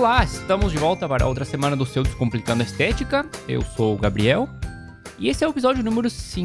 Olá, estamos de volta para outra semana do seu Descomplicando a Estética. Eu sou o Gabriel e esse é o episódio número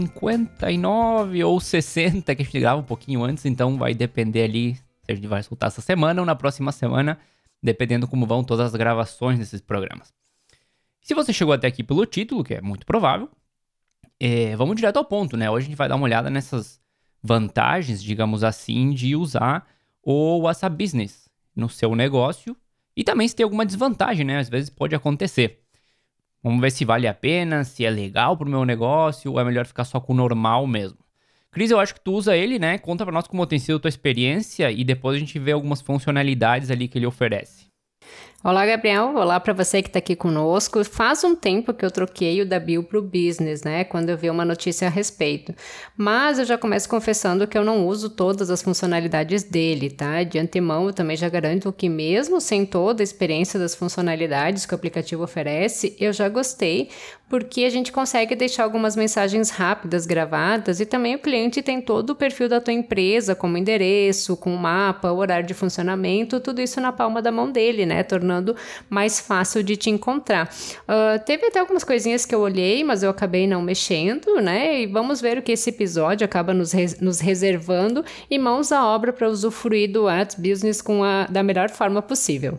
59 ou 60, que a gente grava um pouquinho antes, então vai depender ali se a gente vai soltar essa semana ou na próxima semana, dependendo como vão todas as gravações desses programas. Se você chegou até aqui pelo título, que é muito provável, vamos direto ao ponto, né? Hoje a gente vai dar uma olhada nessas vantagens, digamos assim, de usar o WhatsApp Business no seu negócio e também se tem alguma desvantagem, né? Às vezes pode acontecer. Vamos ver se vale a pena, se é legal pro meu negócio ou é melhor ficar só com o normal mesmo. Cris, eu acho que tu usa ele, né? Conta pra nós como tem sido a tua experiência e depois a gente vê algumas funcionalidades ali que ele oferece. Olá, Gabriel. Olá para você que está aqui conosco. Faz um tempo que eu troquei o da Bio para o Business, né? Quando eu vi uma notícia a respeito. Mas eu já começo confessando que eu não uso todas as funcionalidades dele, tá? De antemão, eu também já garanto que mesmo sem toda a experiência das funcionalidades que o aplicativo oferece, eu já gostei, porque a gente consegue deixar algumas mensagens rápidas gravadas e também o cliente tem todo o perfil da tua empresa, como endereço, com mapa, horário de funcionamento, tudo isso na palma da mão dele, né? Tornando mais fácil de te encontrar. Teve até algumas coisinhas que eu olhei, mas eu acabei não mexendo, né? E vamos ver o que esse episódio acaba nos reservando e mãos à obra para usufruir do WhatsApp Business da melhor forma possível.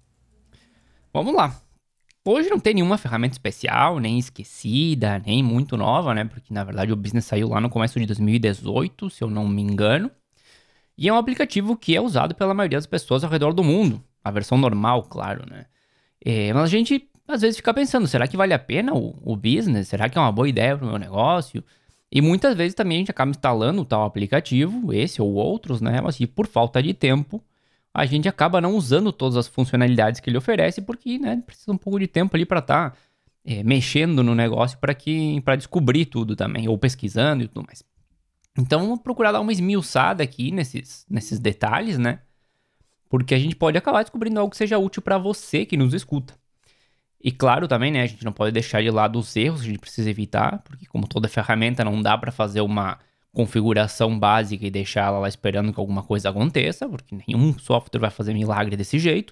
Vamos lá. Hoje não tem nenhuma ferramenta especial, nem esquecida, nem muito nova, né? Porque, na verdade, o Business saiu lá no começo de 2018, se eu não me engano. E é um aplicativo que é usado pela maioria das pessoas ao redor do mundo. A versão normal, claro, né? Mas a gente, às vezes, fica pensando, será que vale a pena o Business? Será que é uma boa ideia para o meu negócio? E muitas vezes também a gente acaba instalando o tal aplicativo, esse ou outros, né? Mas por falta de tempo, a gente acaba não usando todas as funcionalidades que ele oferece, porque, né, precisa um pouco de tempo ali para estar mexendo no negócio para descobrir tudo também, ou pesquisando e tudo mais. Então, vamos procurar dar uma esmiuçada aqui nesses detalhes, né? Porque a gente pode acabar descobrindo algo que seja útil para você que nos escuta. E claro também, né, a gente não pode deixar de lado os erros que a gente precisa evitar, porque como toda ferramenta não dá para fazer uma configuração básica e deixar ela lá esperando que alguma coisa aconteça, porque nenhum software vai fazer milagre desse jeito.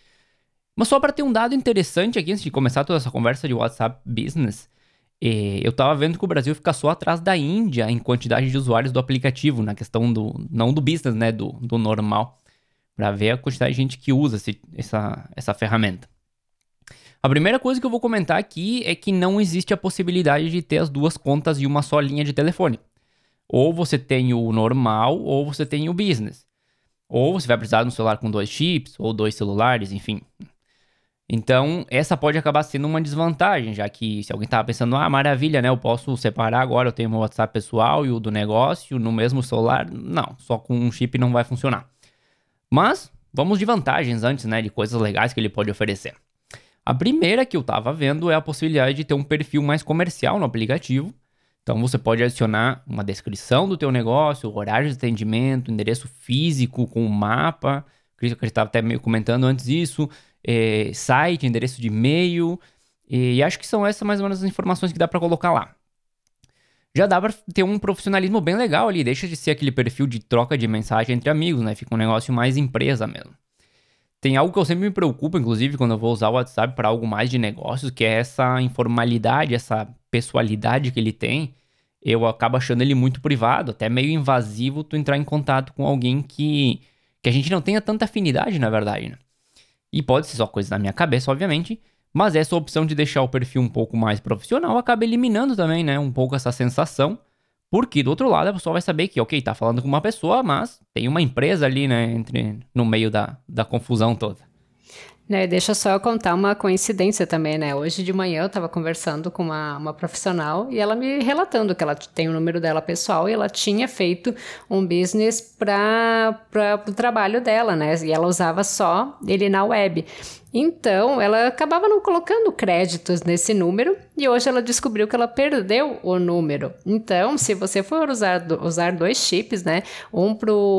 Mas só para ter um dado interessante aqui, antes de começar toda essa conversa de WhatsApp Business, eu tava vendo que o Brasil fica só atrás da Índia em quantidade de usuários do aplicativo, na questão não do business, né, do normal, para ver a quantidade de gente que usa essa ferramenta. A primeira coisa que eu vou comentar aqui é que não existe a possibilidade de ter as duas contas em uma só linha de telefone. Ou você tem o normal, ou você tem o business. Ou você vai precisar de um celular com 2 chips, ou 2 celulares, enfim. Então, essa pode acabar sendo uma desvantagem, já que se alguém tava pensando, maravilha, né, eu posso separar agora, eu tenho meu WhatsApp pessoal e o do negócio no mesmo celular. Não, só com um chip não vai funcionar. Mas, vamos de vantagens antes, né, de coisas legais que ele pode oferecer. A primeira que eu tava vendo é a possibilidade de ter um perfil mais comercial no aplicativo. Então, você pode adicionar uma descrição do teu negócio, horário de atendimento, endereço físico com o mapa. Que a gente estava até meio comentando antes isso. Site, endereço de e-mail. E acho que são essas mais ou menos as informações que dá para colocar lá. Já dá pra ter um profissionalismo bem legal ali, deixa de ser aquele perfil de troca de mensagem entre amigos, né? Fica um negócio mais empresa mesmo. Tem algo que eu sempre me preocupo, inclusive, quando eu vou usar o WhatsApp para algo mais de negócios, que é essa informalidade, essa pessoalidade que ele tem. Eu acabo achando ele muito privado, até meio invasivo tu entrar em contato com alguém que a gente não tenha tanta afinidade, na verdade, né? E pode ser só coisa da minha cabeça, obviamente, mas essa opção de deixar o perfil um pouco mais profissional acaba eliminando também, né, um pouco essa sensação, porque do outro lado a pessoa vai saber que, ok, tá falando com uma pessoa, mas tem uma empresa ali, né, no meio da confusão toda. Deixa só eu contar uma coincidência também, né? Hoje de manhã eu estava conversando com uma profissional e ela me relatando que ela tem o número dela pessoal e ela tinha feito um business para o trabalho dela, né? E ela usava só ele na web. Então, ela acabava não colocando créditos nesse número e hoje ela descobriu que ela perdeu o número. Então, se você for usar 2 chips, né? Um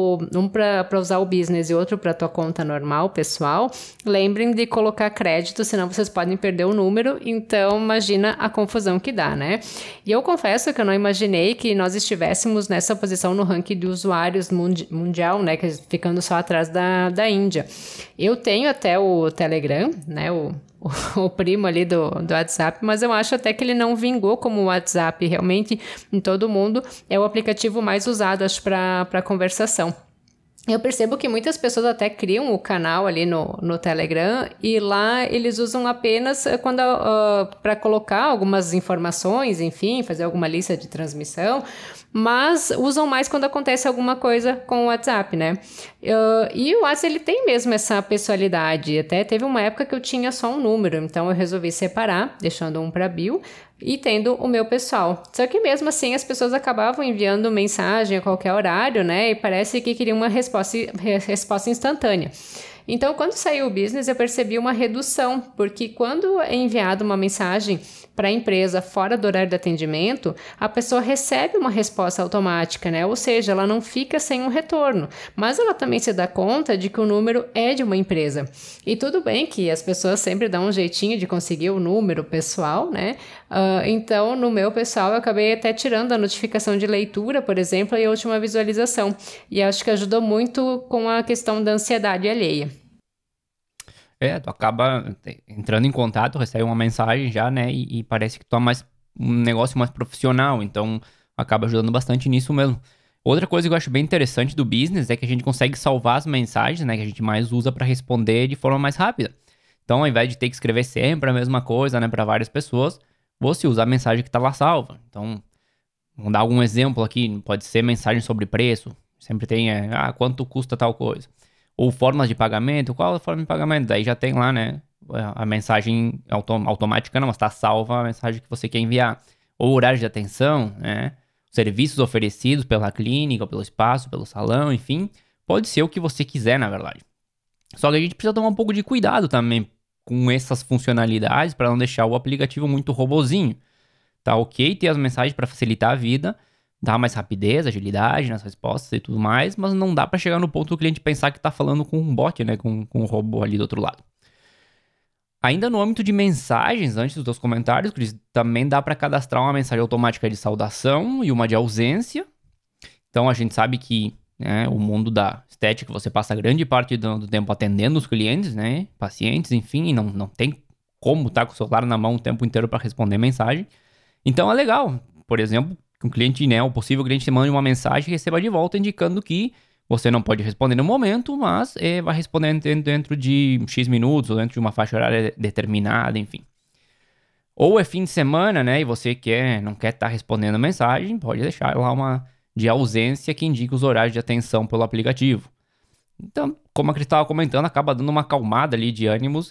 para usar o business e outro para a tua conta normal, pessoal, lembrem de colocar crédito, senão vocês podem perder o número. Então, imagina a confusão que dá, né? E eu confesso que eu não imaginei que nós estivéssemos nessa posição no ranking de usuários mundial, né? Ficando só atrás da Índia. Eu tenho até o Telegram, Telegram, né? O primo ali do WhatsApp, mas eu acho até que ele não vingou como o WhatsApp. Realmente, em todo mundo, é o aplicativo mais usado, acho, para conversação. Eu percebo que muitas pessoas até criam o canal ali no Telegram e lá eles usam apenas quando para colocar algumas informações, enfim, fazer alguma lista de transmissão, mas usam mais quando acontece alguma coisa com o WhatsApp, né? E o WhatsApp, ele tem mesmo essa pessoalidade. Até teve uma época que eu tinha só um número, então eu resolvi separar, deixando um para bio e tendo o meu pessoal. Só que mesmo assim as pessoas acabavam enviando mensagem a qualquer horário, né? E parece que queriam uma resposta instantânea. Então, quando saiu o business, eu percebi uma redução, porque quando é enviada uma mensagem para a empresa fora do horário de atendimento, a pessoa recebe uma resposta automática, né? Ou seja, ela não fica sem um retorno, mas ela também se dá conta de que o número é de uma empresa. E tudo bem que as pessoas sempre dão um jeitinho de conseguir o número pessoal, né? Então, no meu pessoal, eu acabei até tirando a notificação de leitura, por exemplo, e a última visualização. E acho que ajudou muito com a questão da ansiedade alheia. Tu acaba entrando em contato, recebe uma mensagem já, né? E parece que tu é mais um negócio mais profissional, então acaba ajudando bastante nisso mesmo. Outra coisa que eu acho bem interessante do business é que a gente consegue salvar as mensagens, né? Que a gente mais usa para responder de forma mais rápida. Então, ao invés de ter que escrever sempre a mesma coisa, né? Para várias pessoas, você usa a mensagem que tá lá salva. Então, vamos dar algum exemplo aqui. Pode ser mensagem sobre preço. Sempre tem, quanto custa tal coisa. Ou formas de pagamento, qual a forma de pagamento? Daí já tem lá, né, a mensagem automática, não, mas está salva a mensagem que você quer enviar. Ou horário de atenção, né, serviços oferecidos pela clínica, pelo espaço, pelo salão, enfim. Pode ser o que você quiser, na verdade. Só que a gente precisa tomar um pouco de cuidado também com essas funcionalidades para não deixar o aplicativo muito robozinho. Tá ok ter as mensagens para facilitar a vida, dá mais rapidez, agilidade nas respostas e tudo mais, mas não dá para chegar no ponto do cliente pensar que tá falando com um bot, né, com um robô ali do outro lado. Ainda no âmbito de mensagens, antes dos teus comentários, Cris, também dá para cadastrar uma mensagem automática de saudação e uma de ausência. Então a gente sabe que, né, o mundo da estética, você passa grande parte do tempo atendendo os clientes, né, pacientes, enfim, e não tem como estar com o celular na mão o tempo inteiro para responder mensagem. Então é legal, por exemplo, que um cliente, né, o possível cliente te mande uma mensagem e receba de volta indicando que você não pode responder no momento, mas vai responder dentro de X minutos ou dentro de uma faixa horária determinada, enfim. Ou é fim de semana, né, e você não quer estar respondendo mensagem, pode deixar lá uma de ausência que indica os horários de atenção pelo aplicativo. Então, como a Cris estava comentando, acaba dando uma acalmada ali de ânimos.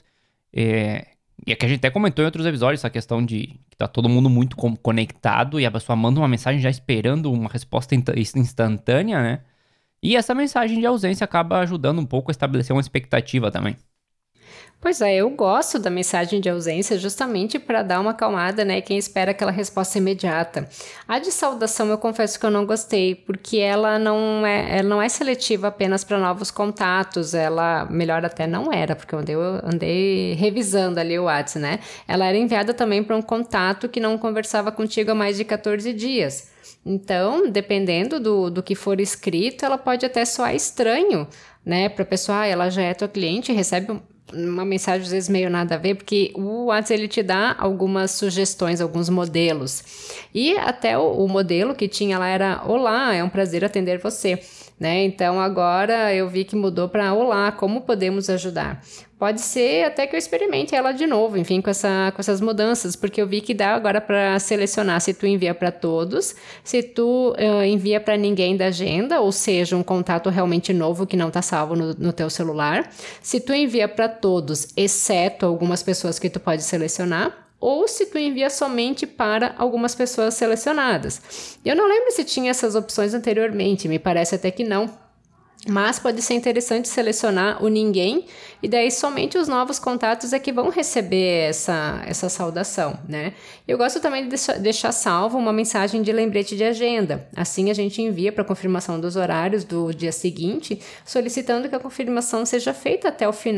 E é que a gente até comentou em outros episódios essa questão de que tá todo mundo muito conectado e a pessoa manda uma mensagem já esperando uma resposta instantânea, né? E essa mensagem de ausência acaba ajudando um pouco a estabelecer uma expectativa também. Pois é, eu gosto da mensagem de ausência justamente para dar uma acalmada, né? Quem espera aquela resposta imediata. A de saudação eu confesso que eu não gostei, porque ela não é seletiva apenas para novos contatos, ela, melhor até não era, porque eu andei revisando ali o WhatsApp, né? Ela era enviada também para um contato que não conversava contigo há mais de 14 dias. Então, dependendo do que for escrito, ela pode até soar estranho, né? Para a pessoa, ela já é tua cliente, recebe uma mensagem às vezes meio nada a ver, porque o WhatsApp ele te dá algumas sugestões, alguns modelos. E até o modelo que tinha lá era: olá, é um prazer atender você, né? Então agora eu vi que mudou para: olá, como podemos ajudar? Pode ser até que eu experimente ela de novo, enfim, com essas mudanças, porque eu vi que dá agora para selecionar se tu envia para todos, se tu envia para ninguém da agenda, ou seja, um contato realmente novo que não está salvo no teu celular, se tu envia para todos, exceto algumas pessoas que tu pode selecionar, ou se tu envia somente para algumas pessoas selecionadas. Eu não lembro se tinha essas opções anteriormente, me parece até que não. Mas pode ser interessante selecionar o ninguém e daí somente os novos contatos é que vão receber essa saudação, né? Eu gosto também de deixar salvo uma mensagem de lembrete de agenda. Assim a gente envia para confirmação dos horários do dia seguinte, solicitando que a confirmação seja feita até o final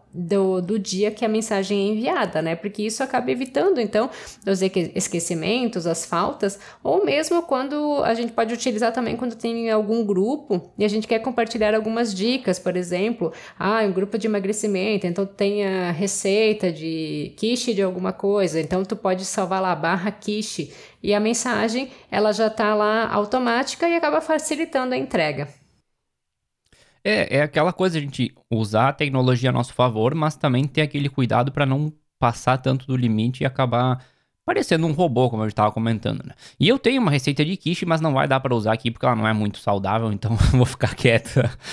do dia que a mensagem é enviada, né? Porque isso acaba evitando, então, os esquecimentos, as faltas, ou mesmo quando a gente pode utilizar também quando tem algum grupo e a gente quer compartilhar algumas dicas, por exemplo, um grupo de emagrecimento, então tem a receita de quiche de alguma coisa, então tu pode salvar lá /quiche e a mensagem, ela já tá lá automática e acaba facilitando a entrega. É aquela coisa de a gente usar a tecnologia a nosso favor, mas também ter aquele cuidado para não passar tanto do limite e acabar parecendo um robô, como eu estava comentando, né? E eu tenho uma receita de quiche, mas não vai dar para usar aqui porque ela não é muito saudável, então eu vou ficar quieto.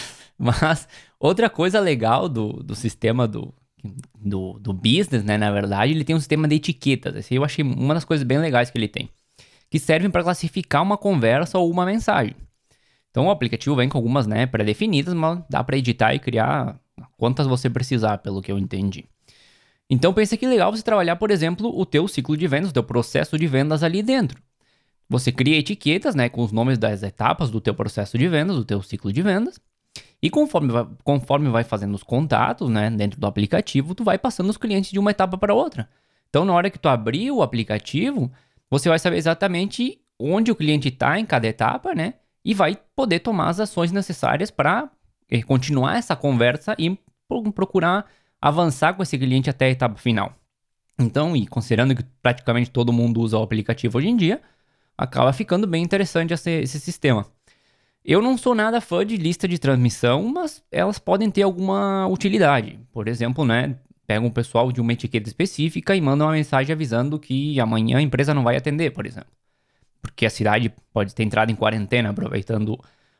Mas outra coisa legal do sistema do business, né, na verdade, ele tem um sistema de etiquetas. Esse eu achei uma das coisas bem legais que ele tem, que servem para classificar uma conversa ou uma mensagem. Então o aplicativo vem com algumas, né, pré-definidas, mas dá para editar e criar quantas você precisar, pelo que eu entendi. Então pensa que legal você trabalhar, por exemplo, o teu ciclo de vendas, o teu processo de vendas ali dentro. Você cria etiquetas, né, com os nomes das etapas do teu processo de vendas, do teu ciclo de vendas. E conforme vai fazendo os contatos, né, dentro do aplicativo, tu vai passando os clientes de uma etapa para outra. Então na hora que tu abrir o aplicativo, você vai saber exatamente onde o cliente está em cada etapa, né? E vai poder tomar as ações necessárias para continuar essa conversa e procurar avançar com esse cliente até a etapa final. Então, e considerando que praticamente todo mundo usa o aplicativo hoje em dia, acaba ficando bem interessante esse sistema. Eu não sou nada fã de lista de transmissão, mas elas podem ter alguma utilidade. Por exemplo, né, pegam o pessoal de uma etiqueta específica e mandam uma mensagem avisando que amanhã a empresa não vai atender, por exemplo. Porque a cidade pode ter entrado em quarentena, aproveitando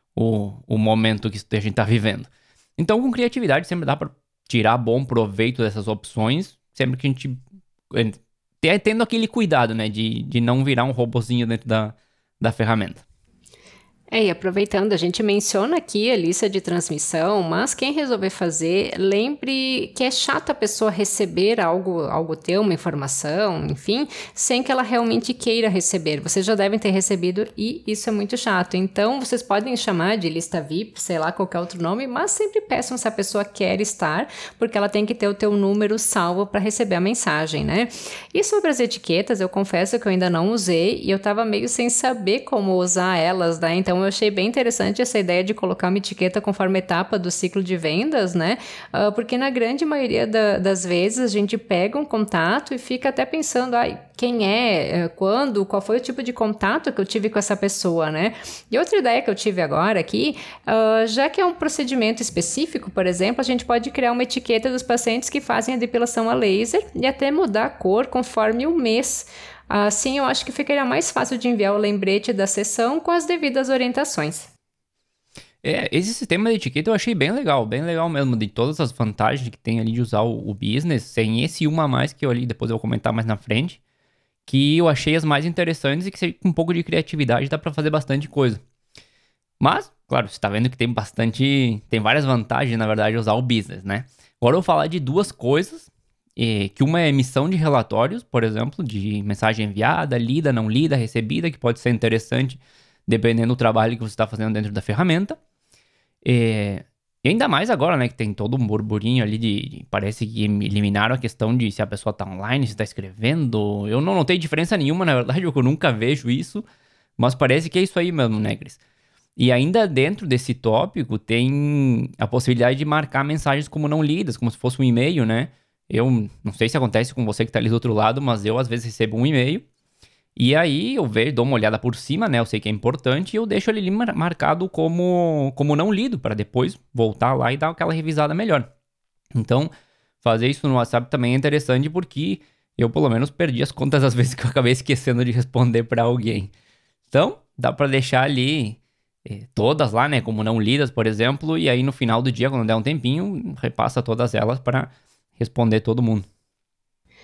o momento que a gente está vivendo. Então, com criatividade, sempre dá para tirar bom proveito dessas opções, sempre que a gente tendo aquele cuidado, né, de não virar um robozinho dentro da ferramenta. E aproveitando, a gente menciona aqui a lista de transmissão, mas quem resolver fazer, lembre que é chato a pessoa receber algo teu, uma informação, enfim, sem que ela realmente queira receber. Vocês já devem ter recebido e isso é muito chato. Então, vocês podem chamar de lista VIP, sei lá, qualquer outro nome, mas sempre peçam se a pessoa quer estar, porque ela tem que ter o teu número salvo para receber a mensagem, né? E sobre as etiquetas, eu confesso que eu ainda não usei e eu tava meio sem saber como usar elas, né? Então, eu achei bem interessante essa ideia de colocar uma etiqueta conforme etapa do ciclo de vendas, né? Porque na grande maioria das vezes a gente pega um contato e fica até pensando, quem é, quando, qual foi o tipo de contato que eu tive com essa pessoa, né? E outra ideia que eu tive agora aqui, já que é um procedimento específico, por exemplo, a gente pode criar uma etiqueta dos pacientes que fazem a depilação a laser e até mudar a cor conforme o mês. Assim, eu acho que ficaria mais fácil de enviar o lembrete da sessão com as devidas orientações. Esse sistema de etiqueta eu achei bem legal mesmo, de todas as vantagens que tem ali de usar o business, sem esse uma a mais que eu ali, depois eu vou comentar mais na frente, que eu achei as mais interessantes e que com um pouco de criatividade dá pra fazer bastante coisa. Mas, claro, você tá vendo que tem várias vantagens, na verdade, de usar o business, né? Agora eu vou falar de duas coisas, que uma é emissão de relatórios, por exemplo, de mensagem enviada, lida, não lida, recebida, que pode ser interessante dependendo do trabalho que você está fazendo dentro da ferramenta. E ainda mais agora, né, que tem todo um burburinho ali parece que eliminaram a questão de se a pessoa tá online, se tá escrevendo. Eu não notei diferença nenhuma, na verdade, porque eu nunca vejo isso, mas parece que é isso aí mesmo, né, Cris? E ainda dentro desse tópico tem a possibilidade de marcar mensagens como não lidas, como se fosse um e-mail, né? Eu não sei se acontece com você que tá ali do outro lado, mas eu às vezes recebo um e-mail e aí eu vejo, dou uma olhada por cima, né? Eu sei que é importante e eu deixo ele ali marcado como não lido para depois voltar lá e dar aquela revisada melhor. Então, fazer isso no WhatsApp também é interessante porque eu pelo menos perdi as contas das vezes que eu acabei esquecendo de responder para alguém. Então, dá para deixar ali todas lá, né? Como não lidas, por exemplo, e aí no final do dia, quando der um tempinho, repassa todas elas para responder todo mundo.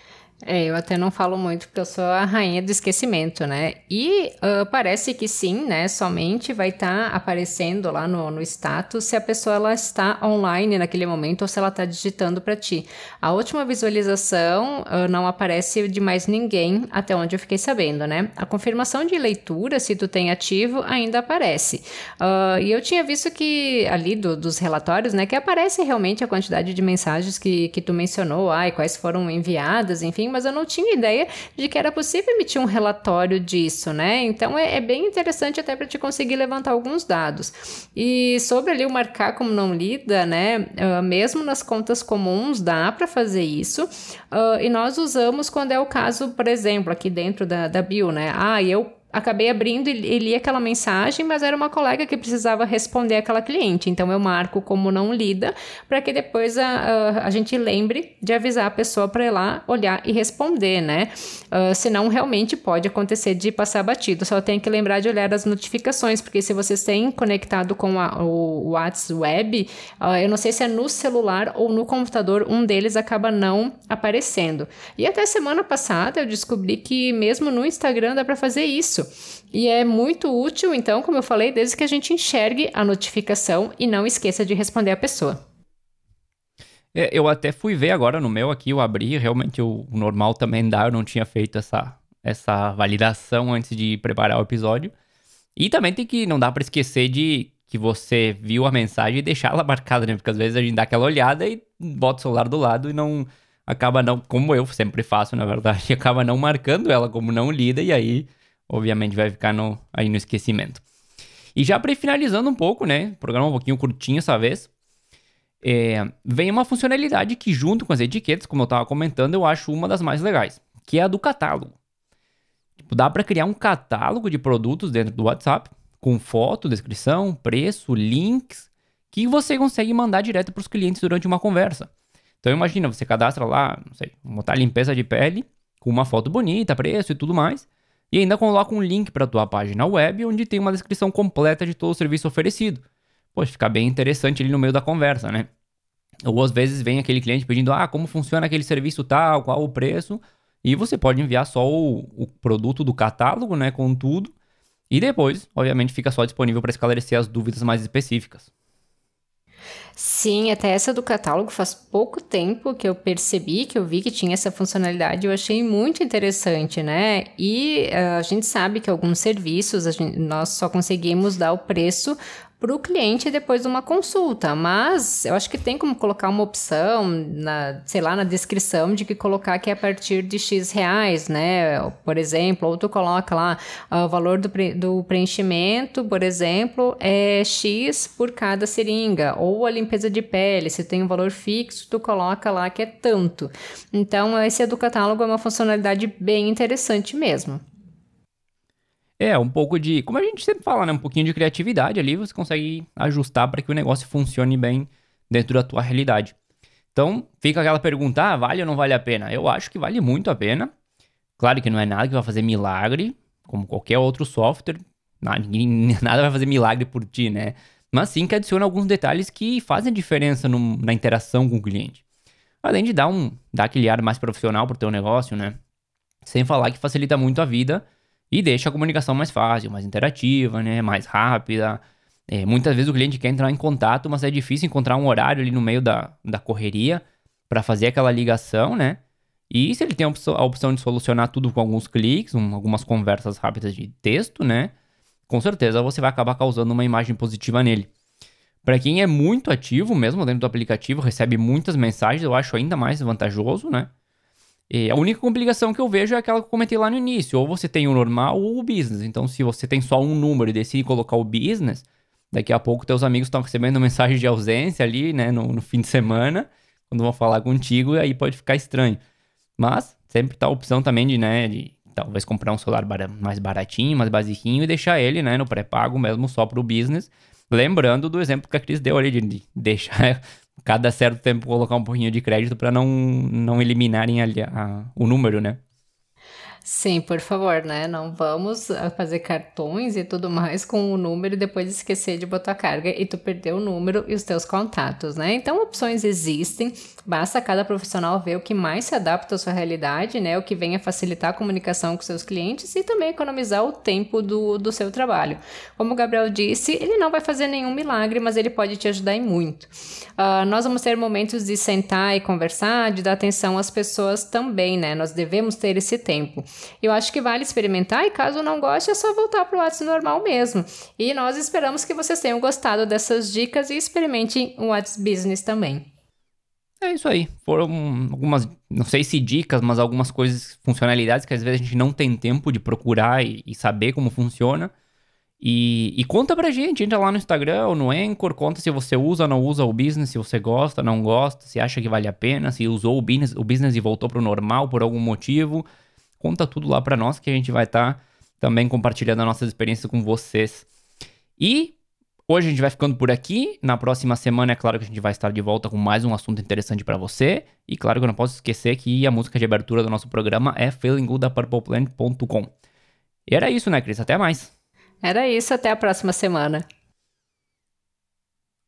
Eu até não falo muito porque eu sou a rainha do esquecimento, né? E parece que sim, né? Somente vai estar aparecendo lá no status se a pessoa ela está online naquele momento ou se ela está digitando para ti. A última visualização não aparece de mais ninguém, até onde eu fiquei sabendo, né? A confirmação de leitura, se tu tem ativo, ainda aparece. E eu tinha visto que ali dos relatórios, né? Que aparece realmente a quantidade de mensagens que tu mencionou, quais foram enviadas, enfim, mas eu não tinha ideia de que era possível emitir um relatório disso, né? Então é bem interessante até para te conseguir levantar alguns dados. E sobre ali o marcar como não lida, né? Mesmo nas contas comuns dá para fazer isso. E nós usamos quando é o caso, por exemplo, aqui dentro da bio, né? Eu acabei abrindo e li aquela mensagem, mas era uma colega que precisava responder aquela cliente. Então, eu marco como não lida, para que depois a gente lembre de avisar a pessoa para ir lá, olhar e responder, né? Senão, realmente pode acontecer de passar batido. Só tem que lembrar de olhar as notificações, porque se vocês têm conectado com o WhatsApp Web, eu não sei se é no celular ou no computador, um deles acaba não aparecendo. E até semana passada eu descobri que mesmo no Instagram dá para fazer isso. E é muito útil, então, como eu falei, desde que a gente enxergue a notificação e não esqueça de responder a pessoa. Eu até fui ver agora no meu aqui, eu abri, realmente o normal também dá, eu não tinha feito essa validação antes de preparar o episódio. E também não dá pra esquecer de que você viu a mensagem e deixar ela marcada, né? Porque às vezes a gente dá aquela olhada e bota o celular do lado e acaba não, como eu sempre faço, na verdade, acaba não marcando ela como não lida e aí obviamente vai ficar aí no esquecimento. E já para ir finalizando um pouco, né? Programa um pouquinho curtinho essa vez. Vem uma funcionalidade que, junto com as etiquetas, como eu estava comentando, eu acho uma das mais legais, que é a do catálogo. Dá para criar um catálogo de produtos dentro do WhatsApp, com foto, descrição, preço, links, que você consegue mandar direto para os clientes durante uma conversa. Então imagina, você cadastra lá, não sei, botar limpeza de pele, com uma foto bonita, preço e tudo mais, e ainda coloca um link para a tua página web, onde tem uma descrição completa de todo o serviço oferecido. Poxa, fica bem interessante ali no meio da conversa, né? Ou às vezes vem aquele cliente pedindo, como funciona aquele serviço tal, qual o preço, e você pode enviar só o produto do catálogo, né, com tudo, e depois, obviamente, fica só disponível para esclarecer as dúvidas mais específicas. Sim, até essa do catálogo faz pouco tempo que eu percebi, que eu vi que tinha essa funcionalidade, eu achei muito interessante, né? E a gente sabe que alguns serviços nós só conseguimos dar o preço para o cliente depois de uma consulta, mas eu acho que tem como colocar uma opção na descrição de que colocar que é a partir de X reais, né? Por exemplo, ou tu coloca lá o valor do preenchimento, por exemplo, é X por cada seringa, ou a limpeza de pele, se tem um valor fixo, tu coloca lá que é tanto. Então, esse do catálogo é uma funcionalidade bem interessante mesmo. Um pouco de, como a gente sempre fala, né? Um pouquinho de criatividade ali, você consegue ajustar para que o negócio funcione bem dentro da tua realidade. Então, fica aquela pergunta, vale ou não vale a pena? Eu acho que vale muito a pena. Claro que não é nada que vai fazer milagre, como qualquer outro software. Nada vai fazer milagre por ti, né? Mas sim que adiciona alguns detalhes que fazem diferença na interação com o cliente. Além de dar aquele ar mais profissional pro teu negócio, né? Sem falar que facilita muito a vida e deixa a comunicação mais fácil, mais interativa, né? Mais rápida. Muitas vezes o cliente quer entrar em contato, mas é difícil encontrar um horário ali no meio da correria para fazer aquela ligação, né? E se ele tem a opção de solucionar tudo com alguns cliques, algumas conversas rápidas de texto, né? Com certeza você vai acabar causando uma imagem positiva nele. Para quem é muito ativo, mesmo dentro do aplicativo, recebe muitas mensagens, eu acho ainda mais vantajoso, né? E a única complicação que eu vejo é aquela que eu comentei lá no início. Ou você tem o normal ou o business. Então, se você tem só um número e decide colocar o business, daqui a pouco teus amigos estão recebendo mensagem de ausência ali, né? No fim de semana, quando vão falar contigo, e aí pode ficar estranho. Mas sempre tá a opção também de talvez comprar um celular mais baratinho, mais basiquinho e deixar ele, né, no pré-pago mesmo só pro business. Lembrando do exemplo que a Cris deu ali de deixar cada certo tempo colocar um pouquinho de crédito para não eliminarem ali o número, né? Sim, por favor, né? Não vamos fazer cartões e tudo mais com o número e depois esquecer de botar carga e tu perder o número e os teus contatos, né? Então, opções existem, basta cada profissional ver o que mais se adapta à sua realidade, né? O que venha facilitar a comunicação com seus clientes e também economizar o tempo do seu trabalho. Como o Gabriel disse, ele não vai fazer nenhum milagre, mas ele pode te ajudar em muito. Nós vamos ter momentos de sentar e conversar, de dar atenção às pessoas também, né? Nós devemos ter esse tempo. Eu acho que vale experimentar e caso não goste é só voltar para o WhatsApp normal mesmo. E nós esperamos que vocês tenham gostado dessas dicas e experimentem o WhatsApp Business também. É isso aí. Foram algumas, não sei se dicas, mas algumas coisas, funcionalidades que às vezes a gente não tem tempo de procurar e saber como funciona. E conta pra gente, entra lá no Instagram ou no Anchor, conta se você usa ou não usa o business, se você gosta, não gosta, se acha que vale a pena, se usou o business e voltou pro normal por algum motivo. Conta tudo lá pra nós que a gente vai estar também compartilhando as nossas experiências com vocês. E hoje a gente vai ficando por aqui. Na próxima semana é claro que a gente vai estar de volta com mais um assunto interessante pra você. E claro que eu não posso esquecer que a música de abertura do nosso programa é Feeling Good da purpleplant.com. E era isso, né, Cris? Até mais. Era isso, até a próxima semana.